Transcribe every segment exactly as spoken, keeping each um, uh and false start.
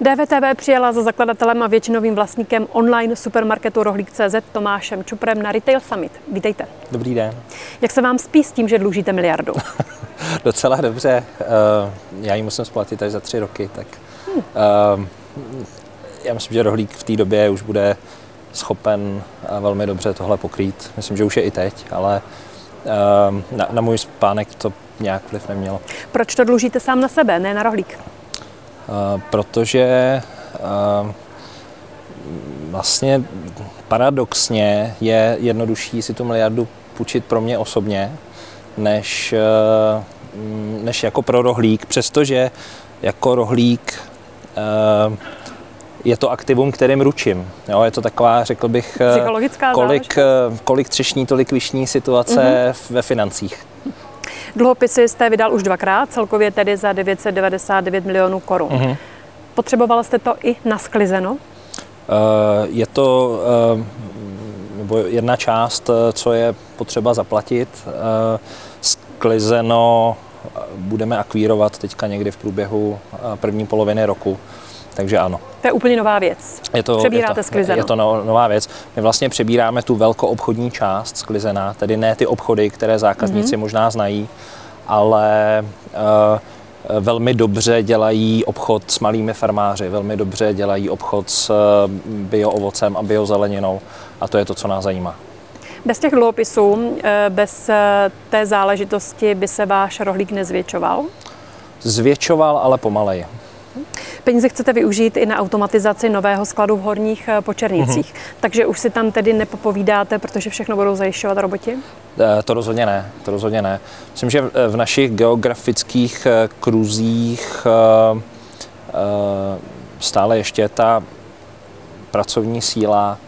D V T V přijela za zakladatelem a většinovým vlastníkem online supermarketu Rohlík tečka cé zet Tomášem Čuprem na Retail Summit. Vítejte. Dobrý den. Jak se vám spí s tím, že dlužíte miliardu? Docela dobře. Já ji musím splatit až za tři roky, tak hmm. já myslím, že Rohlík v té době už bude schopen velmi dobře tohle pokrýt. Myslím, že už je i teď, ale na, na můj spánek to nějak vliv nemělo. Proč to dlužíte sám na sebe, ne na Rohlík? Uh, protože uh, vlastně paradoxně je jednodušší si tu miliardu půjčit pro mě osobně, než, uh, než jako pro Rohlík, přestože jako Rohlík uh, je to aktivum, kterým ručím. Jo, je to taková, řekl bych, psychologická kolik, kolik třešní, tolik vyšní situace mm-hmm. ve financích. Dluhopisy jste vydal už dvakrát, celkově tedy za devět set devadesát devět milionů korun. Mm-hmm. Potřeboval jste to i nasklizeno? Uh, je to uh, nebo jedna část, co je potřeba zaplatit. Uh, sklizeno budeme akvírovat teďka někdy v průběhu první poloviny roku. Takže ano. To je úplně nová věc. Je to, Přebíráte je to, sklizeno. Je to no, nová věc. My vlastně přebíráme tu velkoobchodní část sklizená, tedy ne ty obchody, které zákazníci mm-hmm. možná znají, ale uh, velmi dobře dělají obchod s malými farmáři, velmi dobře dělají obchod s uh, bioovocem a biozeleninou a to je to, co nás zajímá. Bez těch dluhopisů, bez té záležitosti by se váš Rohlík nezvětšoval? Zvětšoval, ale pomaleji. Peníze chcete využít i na automatizaci nového skladu v Horních Počernicích, mm-hmm. takže už si tam tedy nepopovídáte, protože všechno budou zajišťovat roboti? To rozhodně ne, to rozhodně ne. Myslím, že v našich geografických kruzích stále ještě ta pracovní síla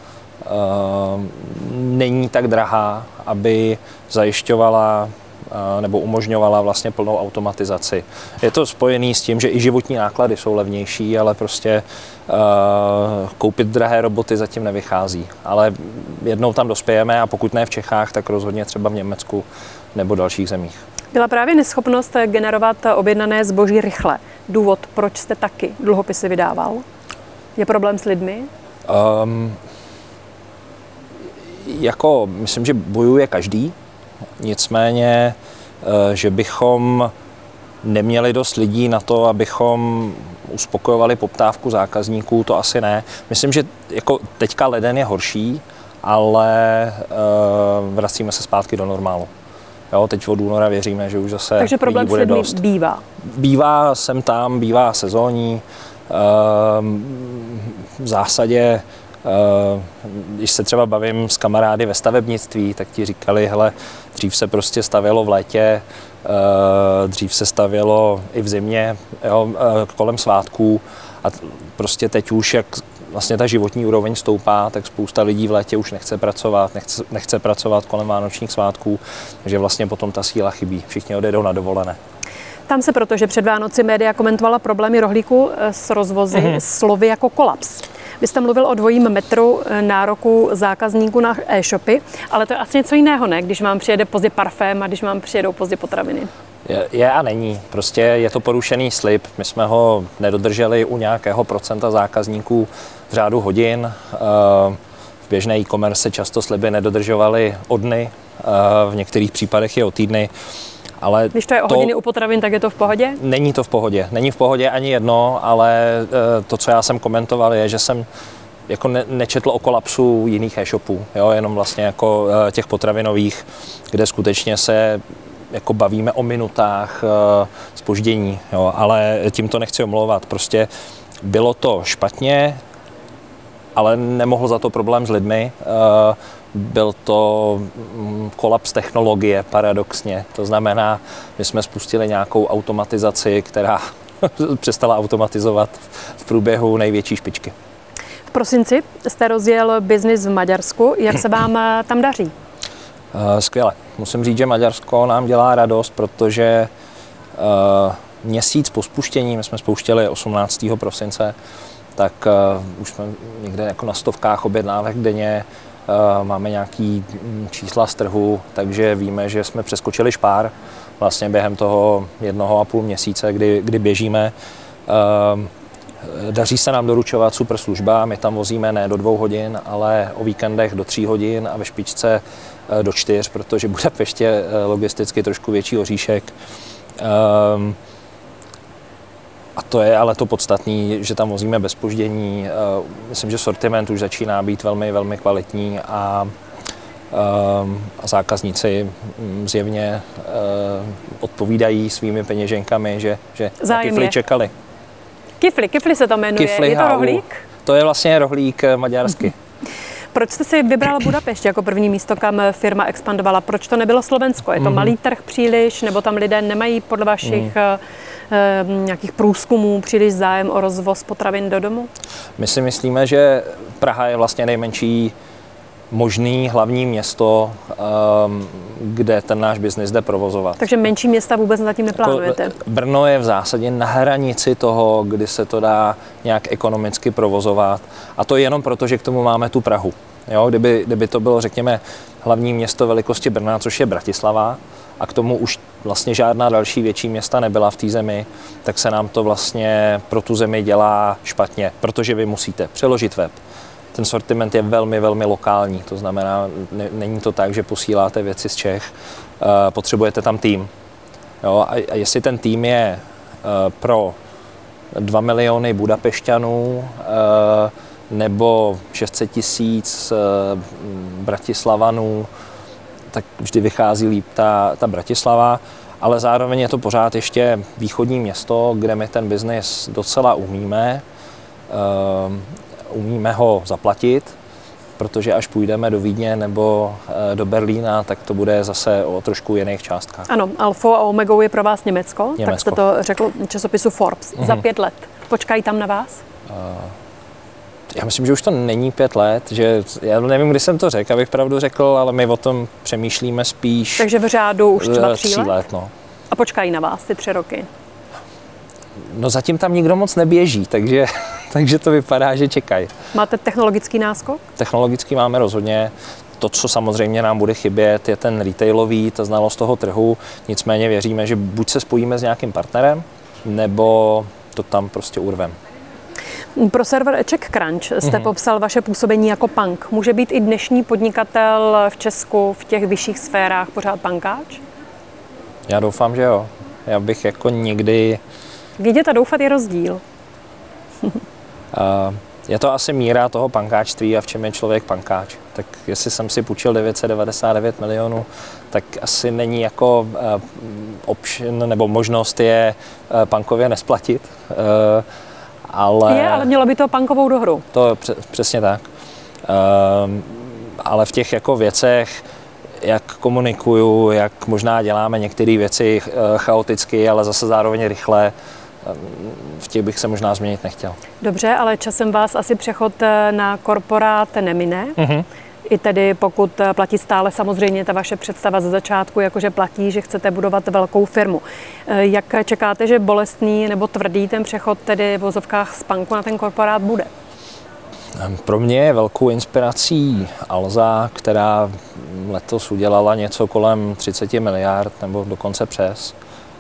není tak drahá, aby zajišťovala nebo umožňovala vlastně plnou automatizaci. Je to spojené s tím, že i životní náklady jsou levnější, ale prostě uh, koupit drahé roboty zatím nevychází. Ale jednou tam dospějeme a pokud ne v Čechách, tak rozhodně třeba v Německu nebo dalších zemích. Byla právě neschopnost generovat objednané zboží rychle důvod, proč jste taky dluhopisy vydával? Je problém s lidmi? Um, jako, myslím, že bojuje každý. Nicméně, že bychom neměli dost lidí na to, abychom uspokojovali poptávku zákazníků, to asi ne. Myslím, že jako teďka leden je horší, ale vracíme se zpátky do normálu. Jo, teď od února věříme, že už zase Takže problém lidí bude s lidmi dost. bývá? Bývá sem tam, bývá sezónní. V zásadě když se třeba bavím s kamarády ve stavebnictví, tak ti říkali, hele, dřív se prostě stavělo v létě, dřív se stavělo i v zimě, jo, kolem svátků a prostě teď už, jak vlastně ta životní úroveň stoupá, tak spousta lidí v létě už nechce pracovat, nechce, nechce pracovat kolem vánočních svátků, takže vlastně potom ta síla chybí, všichni odejdou na dovolené. Tam se proto, že před Vánoci média komentovala problémy Rohlíku s rozvozy mm-hmm. slovy jako kolaps. Vy jste mluvil o dvojím metru nároku zákazníků na e-shopy, ale to je asi něco jiného, ne? Když vám přijede pozdě parfém a když vám přijedou pozdě potraviny. Je, je a není. Prostě je to porušený slib. My jsme ho nedodrželi u nějakého procenta zákazníků v řádu hodin. V běžné e-commerce se často sliby nedodržovaly o dny, v některých případech je o týdny. Ale když to je o hodiny u potravin, tak je to v pohodě? Není to v pohodě. Není v pohodě ani jedno, ale to, co já jsem komentoval, je, že jsem jako ne, nečetl o kolapsu jiných e-shopů, jo, jenom vlastně jako těch potravinových, kde skutečně se jako bavíme o minutách zpoždění, jo, ale tím to nechci omlouvat. Prostě bylo to špatně, ale nemohl za to problém s lidmi. Byl to kolaps technologie, paradoxně. To znamená, my jsme spustili nějakou automatizaci, která přestala automatizovat v průběhu největší špičky. V prosinci jste rozjel biznis v Maďarsku. Jak se vám tam daří? Skvěle. Musím říct, že Maďarsko nám dělá radost, protože měsíc po spuštění, my jsme spouštěli osmnáctého prosince, tak už jsme někde jako na stovkách objednávek denně. Máme nějaký čísla z trhu, takže víme, že jsme přeskočili špár vlastně během toho jednoho a půl měsíce, kdy, kdy běžíme. Daří se nám doručovat super služba, my tam vozíme ne do dvou hodin, ale o víkendech do tří hodin a ve špičce do čtyř, protože Budapešť je logisticky trošku větší oříšek. Um, a to je ale to podstatné, že tam vozíme bez zpoždění. Uh, myslím, že sortiment už začíná být velmi, velmi kvalitní a, um, a zákazníci zjevně uh, odpovídají svými peněženkami, že, že na kifli čekali. Kifli, kifli se to jmenuje. Kifli, je to rohlík? To je vlastně rohlík maďarsky. Proč jste si vybrala Budapešť jako první místo, kam firma expandovala? Proč to nebylo Slovensko? Je to mm. malý trh příliš, nebo tam lidé nemají podle vašich mm. uh, nějakých průzkumů příliš zájem o rozvoz potravin do domu? My si myslíme, že Praha je vlastně nejmenší možný hlavní město, um, kde ten náš biznis jde provozovat. Takže menší města vůbec zatím neplánujete? Jako Brno je v zásadě na hranici toho, kdy se to dá nějak ekonomicky provozovat. A to jenom proto, že k tomu máme tu Prahu. Jo, kdyby, kdyby to bylo, řekněme, hlavní město velikosti Brna, což je Bratislava, a k tomu už vlastně žádná další větší města nebyla v té zemi, tak se nám to vlastně pro tu zemi dělá špatně, protože vy musíte přeložit web. Ten sortiment je velmi, velmi lokální, to znamená, ne, není to tak, že posíláte věci z Čech, uh, potřebujete tam tým. Jo, a, a jestli ten tým je uh, pro dva miliony Budapešťanů uh, nebo šest set tisíc uh, Bratislavanů, tak vždy vychází líp ta, ta Bratislava, ale zároveň je to pořád ještě východní město, kde my ten biznis docela umíme. Uh, umíme ho zaplatit, protože až půjdeme do Vídně nebo do Berlína, tak to bude zase o trošku jiných částkách. Ano, alfou a omegou je pro vás Německo, Německo. Tak jste to řekl časopisu Forbes. Mm-hmm. Za pět let. Počkají tam na vás? Uh, já myslím, že už to není pět let, že já nevím, kdy jsem to řekl, abych pravdu řekl, ale my o tom přemýšlíme spíš. Takže v řádu už třeba tří let? let no. A počkají na vás ty tři roky? No zatím tam nikdo moc neběží, takže, takže to vypadá, že čekají. Máte technologický náskok? Technologický máme rozhodně. To, co samozřejmě nám bude chybět, je ten retailový, ta znalost toho trhu. Nicméně věříme, že buď se spojíme s nějakým partnerem, nebo to tam prostě urvem. Pro server CzechCrunch jste mm-hmm. popsal vaše působení jako punk. Může být i dnešní podnikatel v Česku v těch vyšších sférách pořád punkáč? Já doufám, že jo. Já bych jako nikdy... Vědět a doufat je rozdíl. uh, je to asi míra toho pankáčství a v čem je člověk pankáč. Tak jestli jsem si půjčil devět set devadesát devět milionů, tak asi není jako uh, option nebo možnost je uh, punkově nesplatit. Uh, ale... Je, ale mělo by to punkovou dohru. To přesně tak. Uh, ale v těch jako věcech, jak komunikuju, jak možná děláme některé věci uh, chaoticky, ale zase zároveň rychle, v těch bych se možná změnit nechtěl. Dobře, ale časem vás asi přechod na korporát nemine. Mm-hmm. I tedy pokud platí stále samozřejmě ta vaše představa ze začátku, jakože platí, že chcete budovat velkou firmu. Jak čekáte, že bolestný nebo tvrdý ten přechod tedy v vozovkách z punku na ten korporát bude? Pro mě je velkou inspirací Alza, která letos udělala něco kolem třicet miliard nebo dokonce přes.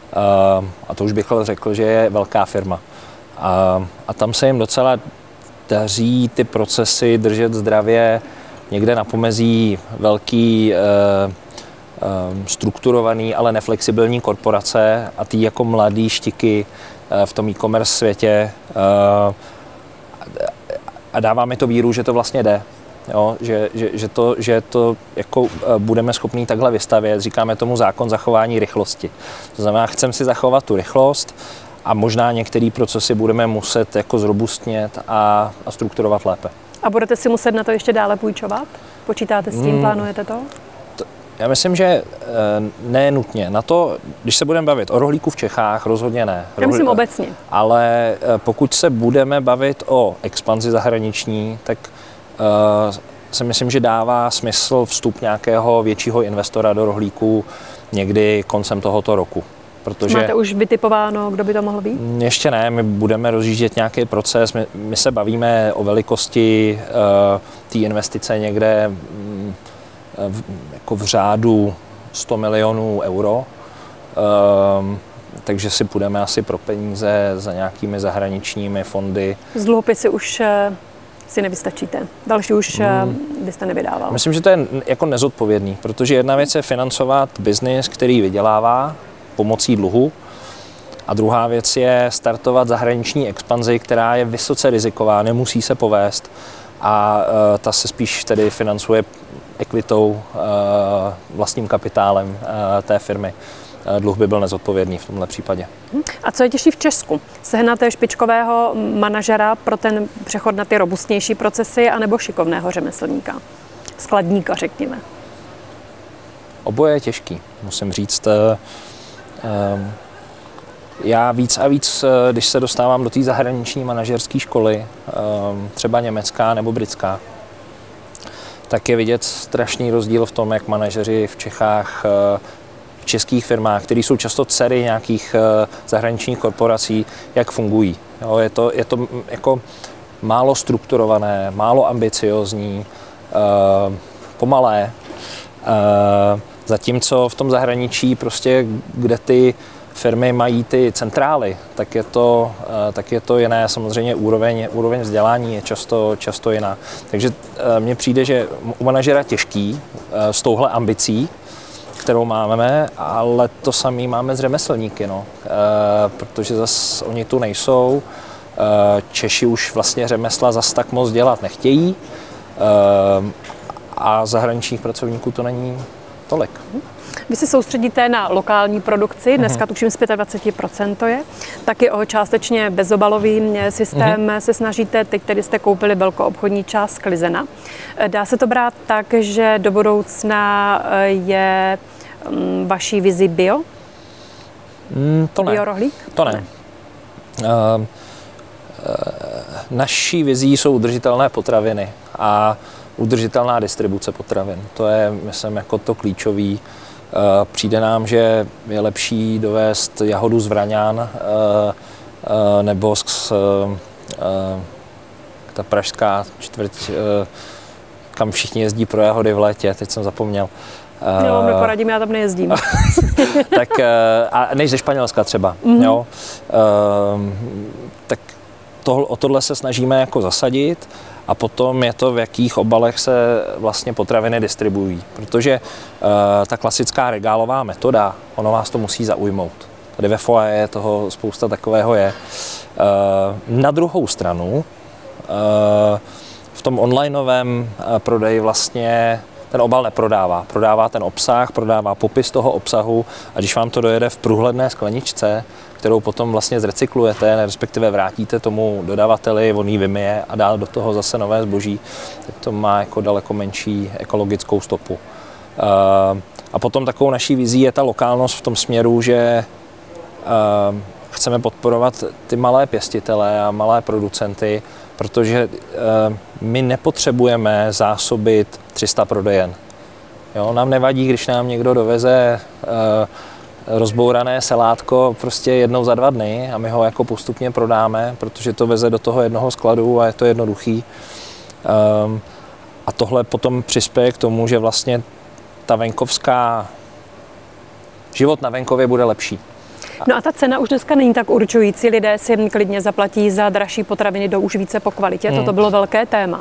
A to už bych řekl, že je velká firma. A, a tam se jim docela daří ty procesy držet zdravě někde na pomezí velký, e, e, strukturovaný, ale neflexibilní korporace a ty jako mladý štiky e, v tom e-commerce světě. E, a dává mi to víru, že to vlastně jde. Jo, že, že, že to, že to jako budeme schopní takhle vystavět, říkáme tomu zákon zachování rychlosti. To znamená, chceme si zachovat tu rychlost a možná některé procesy budeme muset jako zrobustnět a, a strukturovat lépe. A budete si muset na to ještě dále půjčovat? Počítáte s tím, hmm. plánujete to? to? Já myslím, že ne nutně. Na to, když se budeme bavit o rohlíku v Čechách, rozhodně ne. Já myslím Rohlí... obecně. Ale pokud se budeme bavit o expanzi zahraniční, tak Uh, si myslím, že dává smysl vstup nějakého většího investora do rohlíku někdy koncem tohoto roku. Protože máte už vytipováno, kdo by to mohl být? Ještě ne, my budeme rozjíždět nějaký proces, my, my se bavíme o velikosti uh, té investice někde um, v, jako v řádu sto milionů euro. Um, takže si půjdeme asi pro peníze za nějakými zahraničními fondy. Z dluhopisy už uh, si nevystačíte. Další už uh, byste nevydával. Myslím, že to je jako nezodpovědný, protože jedna věc je financovat biznis, který vydělává pomocí dluhu, a druhá věc je startovat zahraniční expanzi, která je vysoce riziková, nemusí se povést a uh, ta se spíš tedy financuje ekvitou, uh, vlastním kapitálem uh, té firmy. Uh, dluh by byl nezodpovědný v tomhle případě. A co je těžší v Česku? Sehnat špičkového manažera pro ten přechod na ty robustnější procesy anebo šikovného řemeslníka? Skladníka, řekněme. Oboje je těžký, musím říct. Uh, um, Já víc a víc, když se dostávám do té zahraniční manažerské školy, třeba německá nebo britská, tak je vidět strašný rozdíl v tom, jak manažeři v Čechách, v českých firmách, které jsou často dcery nějakých zahraničních korporací, jak fungují. Jo, je to, je to jako málo strukturované, málo ambiciozní, pomalé. Zatímco v tom zahraničí, prostě, kde ty firmy mají ty centrály, tak je to, tak je to jiné. Samozřejmě úroveň, úroveň vzdělání je často, často jiná. Takže mně přijde, že u manažera těžký s touhle ambicí, kterou máme, ale to samé máme s řemeslníky, no. Protože zase oni tu nejsou. Češi už vlastně řemesla zas tak moc dělat nechtějí a zahraničních pracovníků to není tolik. Vy se soustředíte na lokální produkci, dneska uh-huh. tuším z dvacet pět procent to je, taky o částečně bezobalový systém uh-huh. se snažíte, teď tedy jste koupili velkoobchodní část Sklizena. Dá se to brát tak, že do budoucna je vaší vizi bio? Mm, to ne. Bio rohlík? To ne. ne. Uh, uh, naší vizí jsou udržitelné potraviny a udržitelná distribuce potravin. To je, myslím, jako to klíčový. Přijde nám, že je lepší dovést jahodu z Vraňan nebo z, ta pražská čtvrť, kam všichni jezdí pro jahody v létě, teď jsem zapomněl. Já vám neporadím, já tam nejezdím. Tak, a než ze Španělska třeba. Mm-hmm. Jo? Tak to, o tohle se snažíme jako zasadit. A potom je to, v jakých obalech se vlastně potraviny distribuují. Protože uh, ta klasická regálová metoda, ono vás to musí zaujmout. Tady ve foaje toho spousta takového je. Uh, na druhou stranu, uh, v tom onlineovém uh, prodeji vlastně ten obal neprodává. Prodává ten obsah, prodává popis toho obsahu a když vám to dojede v průhledné skleničce, kterou potom vlastně zrecyklujete, respektive vrátíte tomu dodavateli, on ji vymyje a dá do toho zase nové zboží, tak to má jako daleko menší ekologickou stopu. A potom takovou naší vizí je ta lokálnost v tom směru, že chceme podporovat ty malé pěstitele a malé producenty, protože my nepotřebujeme zásobit tři sta prodejen. Jo, nám nevadí, když nám někdo doveze rozbourané salátko prostě jednou za dva dny a my ho jako postupně prodáme, protože to veze do toho jednoho skladu a je to jednoduchý. Um, a tohle potom přispěje k tomu, že vlastně ta venkovská, život na venkově bude lepší. No a ta cena už dneska není tak určující, lidé si klidně zaplatí za dražší potraviny, jdou už více po kvalitě, hmm. toto bylo velké téma.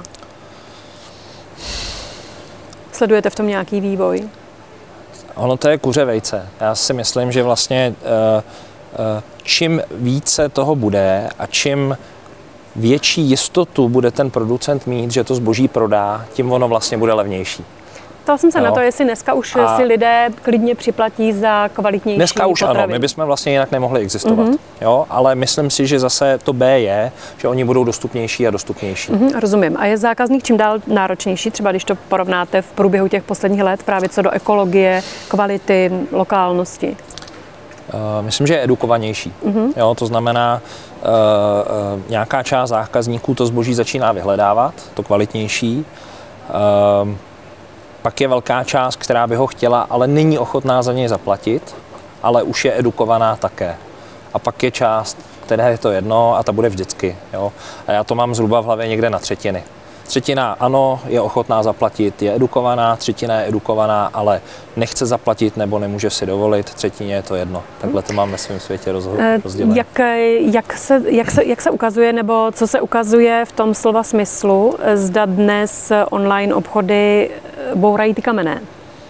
Sledujete v tom nějaký vývoj? Ono to je kuře vejce. Já si myslím, že vlastně čím více toho bude a čím větší jistotu bude ten producent mít, že to zboží prodá, tím ono vlastně bude levnější. Ptal jsem se jo. na to, jestli dneska už a si lidé klidně připlatí za kvalitnější Dneska už potraviny. Ano, my bychom vlastně jinak nemohli existovat. Mm-hmm. Jo, ale myslím si, že zase to B je, že oni budou dostupnější a dostupnější. Mm-hmm, rozumím. A je zákazník čím dál náročnější, třeba když to porovnáte v průběhu těch posledních let, právě co do ekologie, kvality, lokálnosti? Uh, myslím, že je edukovanější. Mm-hmm. Jo, to znamená, uh, uh, nějaká část zákazníků to zboží začíná vyhledávat, to kvalitnější. Uh, Pak je velká část, která by ho chtěla, ale není ochotná za něj zaplatit, ale už je edukovaná také. A pak je část, která je to jedno a ta bude vždycky. Jo? A já to mám zhruba v hlavě někde na třetiny. Třetina ano, je ochotná zaplatit, je edukovaná, třetina je edukovaná, ale nechce zaplatit nebo nemůže si dovolit, třetině je to jedno. Takhle to mám ve svém světě rozdělené. Jak, jak, se, jak, se, jak se ukazuje, nebo co se ukazuje v tom slova smyslu, zda dnes online obchody bourají ty kamenné?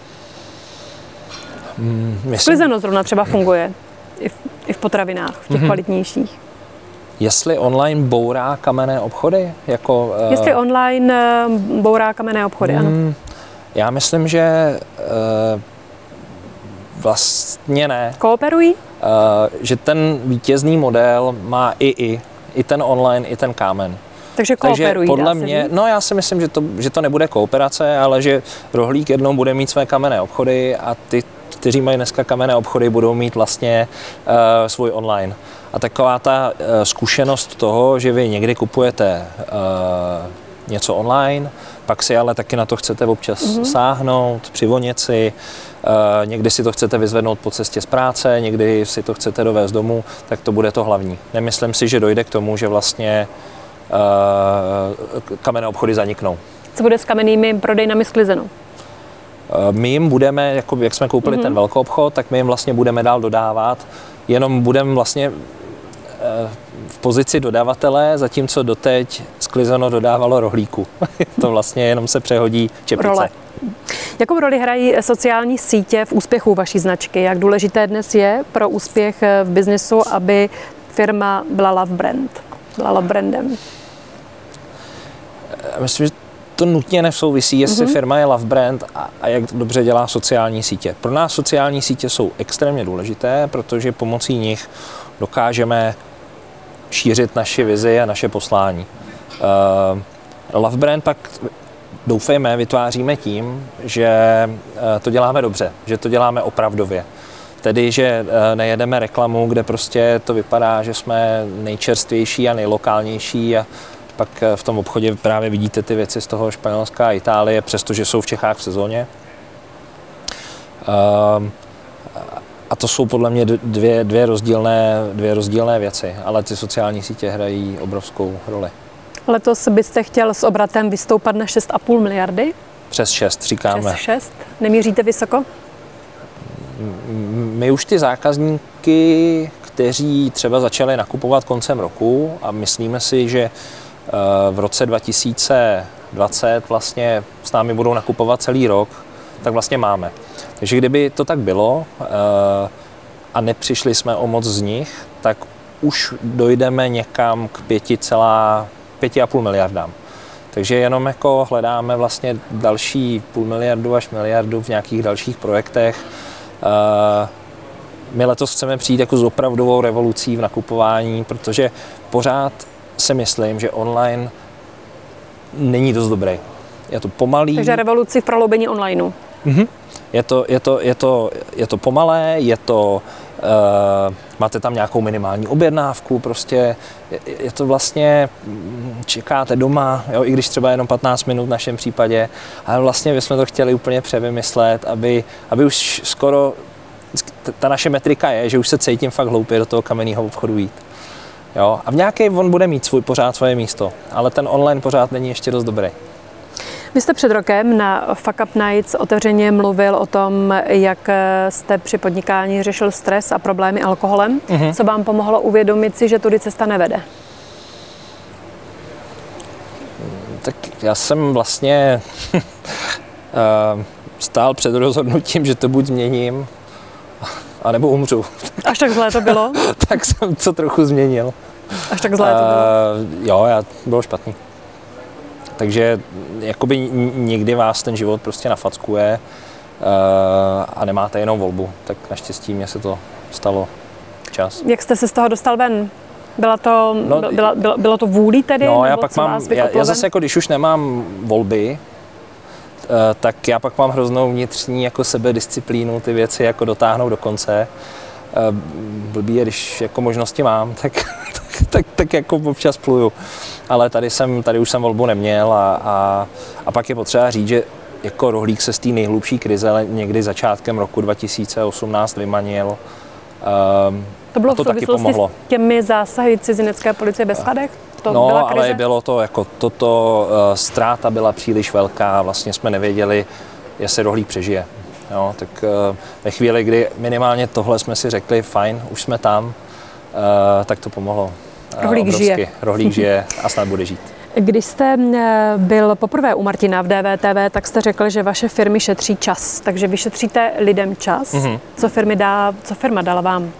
Hmm, myslím... Sklizeno zrovna třeba funguje i v, i v potravinách, v těch mm-hmm. kvalitnějších. Jestli online bourá kamenné obchody? Jako, Jestli uh, online uh, bourá kamenné obchody, mm, ano. Já myslím, že uh, vlastně ne. Kooperují? Uh, že ten vítězný model má i i, i ten online, i ten kámen. Takže kooperují, Takže podle mě, no já si myslím, že to, že to nebude kooperace, ale že rohlík jednou bude mít své kamenné obchody a ty, kteří mají dneska kamenné obchody, budou mít vlastně uh, svůj online. A taková ta uh, zkušenost toho, že vy někdy kupujete uh, něco online, pak si ale taky na to chcete občas mm-hmm. sáhnout, přivonit si, uh, někdy si to chcete vyzvednout po cestě z práce, někdy si to chcete dovést domů, tak to bude to hlavní. Nemyslím si, že dojde k tomu, že vlastně uh, kamenné obchody zaniknou. Co bude s kamennými prodejnami Sklizeno? My jim budeme, jako jak jsme koupili mm-hmm. ten velký obchod, tak my jim vlastně budeme dál dodávat, jenom budeme vlastně v pozici dodavatele, zatímco doteď Sklizeno dodávalo rohlíku. To vlastně jenom se přehodí čepice. Role. Jakou roli hrají sociální sítě v úspěchu vaší značky? Jak důležité dnes je pro úspěch v biznesu, aby firma byla love brand, byla love brandem? Myslím, že to nutně nesouvisí, jestli mm-hmm. firma je love brand a, a jak dobře dělá sociální sítě. Pro nás sociální sítě jsou extrémně důležité, protože pomocí nich dokážeme šířit naši vizi a naše poslání. Uh, love brand pak doufejme vytváříme tím, že uh, to děláme dobře, že to děláme opravdově. Tedy, že uh, nejedeme reklamu, kde prostě to vypadá, že jsme nejčerstvější a nejlokálnější a pak v tom obchodě právě vidíte ty věci z toho Španělska a Itálie, přestože jsou v Čechách v sezóně. Um, a to jsou podle mě dvě, dvě, rozdílné, dvě rozdílné věci, ale ty sociální sítě hrají obrovskou roli. Letos byste chtěl s obratem vystoupat na šest a půl miliardy? Přes šest, říkáme. Přes šest? Nemíříte vysoko? My už ty zákazníky, kteří třeba začali nakupovat koncem roku a myslíme si, že v roce dva tisíce dvacet vlastně s námi budou nakupovat celý rok, tak vlastně máme. Takže kdyby to tak bylo a nepřišli jsme o moc z nich, tak už dojdeme někam k pěti celá pěti a půl miliardám. Takže jenom jako hledáme vlastně další půl miliardu až miliardu v nějakých dalších projektech. My letos chceme přijít jako s opravdovou revolucí v nakupování, protože pořád si myslím, že online není dost dobrý. Je to pomalý. Takže revoluci v proloubení onlineu. Mm-hmm. Je to, je to, je to, je to pomalé, je to, uh, máte tam nějakou minimální objednávku, prostě je, je to vlastně, čekáte doma, jo, i když třeba jenom patnáct minut v našem případě, ale vlastně bychom to chtěli úplně převymyslet, aby, aby už skoro, ta naše metrika je, že už se cítím fakt hloupě do toho kamenného obchodu jít. Jo, a v nějaké on bude mít svůj, pořád svoje místo, ale ten online pořád není ještě dost dobrý. Vy jste před rokem na Fuck Up Nights otevřeně mluvil o tom, jak jste při podnikání řešil stres a problémy alkoholem. Mm-hmm. Co vám pomohlo uvědomit si, že tudy cesta nevede? Tak já jsem vlastně stál před rozhodnutím, že to buď změním, anebo umřu. Až tak zlé to bylo? Tak jsem to trochu změnil. Až tak zlé to bylo? Uh, jo, já, bylo špatný. Takže jakoby někdy vás ten život prostě nafackuje uh, a nemáte jenom volbu. Tak naštěstí mě se to stalo včas. Jak jste se z toho dostal ven? Byla to, no, byla, bylo, bylo to vůlí tedy? No, já pak mám, já, já zase jako když už nemám volby, uh, tak já pak mám hroznou vnitřní jako sebedisciplínu ty věci jako dotáhnout do konce. Uh, blbý je, když jako možnosti mám, tak, tak, tak, tak jako občas pluju. Ale tady, jsem, tady už jsem volbu neměl a, a, a pak je potřeba říct, že jako rohlík se z té nejhlubší krize někdy začátkem roku dva tisíce osmnáct vymanil. Um, to bylo to v souvislosti s těmi zásahy cizinecké policie bez schodek? To no, byla krize? ale bylo to jako toto, uh, ztráta byla příliš velká, vlastně jsme nevěděli, jestli rohlík přežije. Jo, tak uh, ve chvíli, kdy minimálně tohle jsme si řekli, fajn, už jsme tam, uh, tak to pomohlo. Uh, Rohlík obrovsky. žije. Rohlík žije a snad bude žít. Když jste byl poprvé u Martina v D V T V, tak jste řekl, že vaše firmy šetří čas, takže vy šetříte lidem čas. Mm-hmm. Co, firmy dá, co firma dala vám?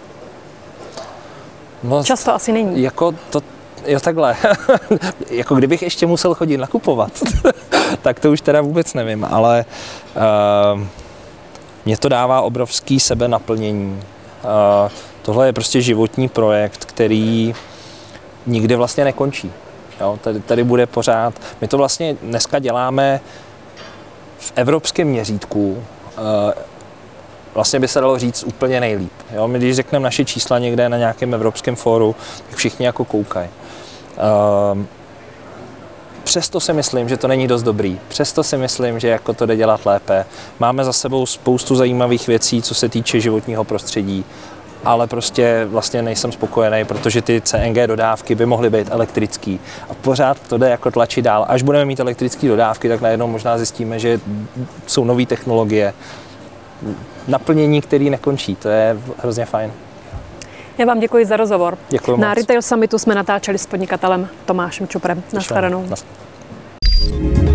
No, čas to asi není. Jako to, jo takhle, jako kdybych ještě musel chodit nakupovat, tak to už teda vůbec nevím, ale uh, mě to dává obrovský sebenaplnění. Uh, tohle je prostě životní projekt, který nikdy vlastně nekončí. Jo, tady, tady bude pořád, my to vlastně dneska děláme v evropském měřítku, uh, vlastně by se dalo říct úplně nejlíp. Jo, my když řekneme naše čísla někde na nějakém evropském fóru, tak všichni jako koukají. Uh, přesto si myslím, že to není dost dobrý. Přesto si myslím, že jako to jde dělat lépe. Máme za sebou spoustu zajímavých věcí, co se týče životního prostředí, ale prostě vlastně nejsem spokojený, protože ty C N G dodávky by mohly být elektrický. A pořád to jde jako tlačit dál. Až budeme mít elektrické dodávky, tak najednou možná zjistíme, že jsou nové technologie. Naplnění, který nekončí. To je hrozně fajn. Já vám děkuji za rozhovor. Děkuji Na moc. Retail Summitu jsme natáčeli s podnikatelem Tomášem Čuprem. Naschledanou. Naschledanou.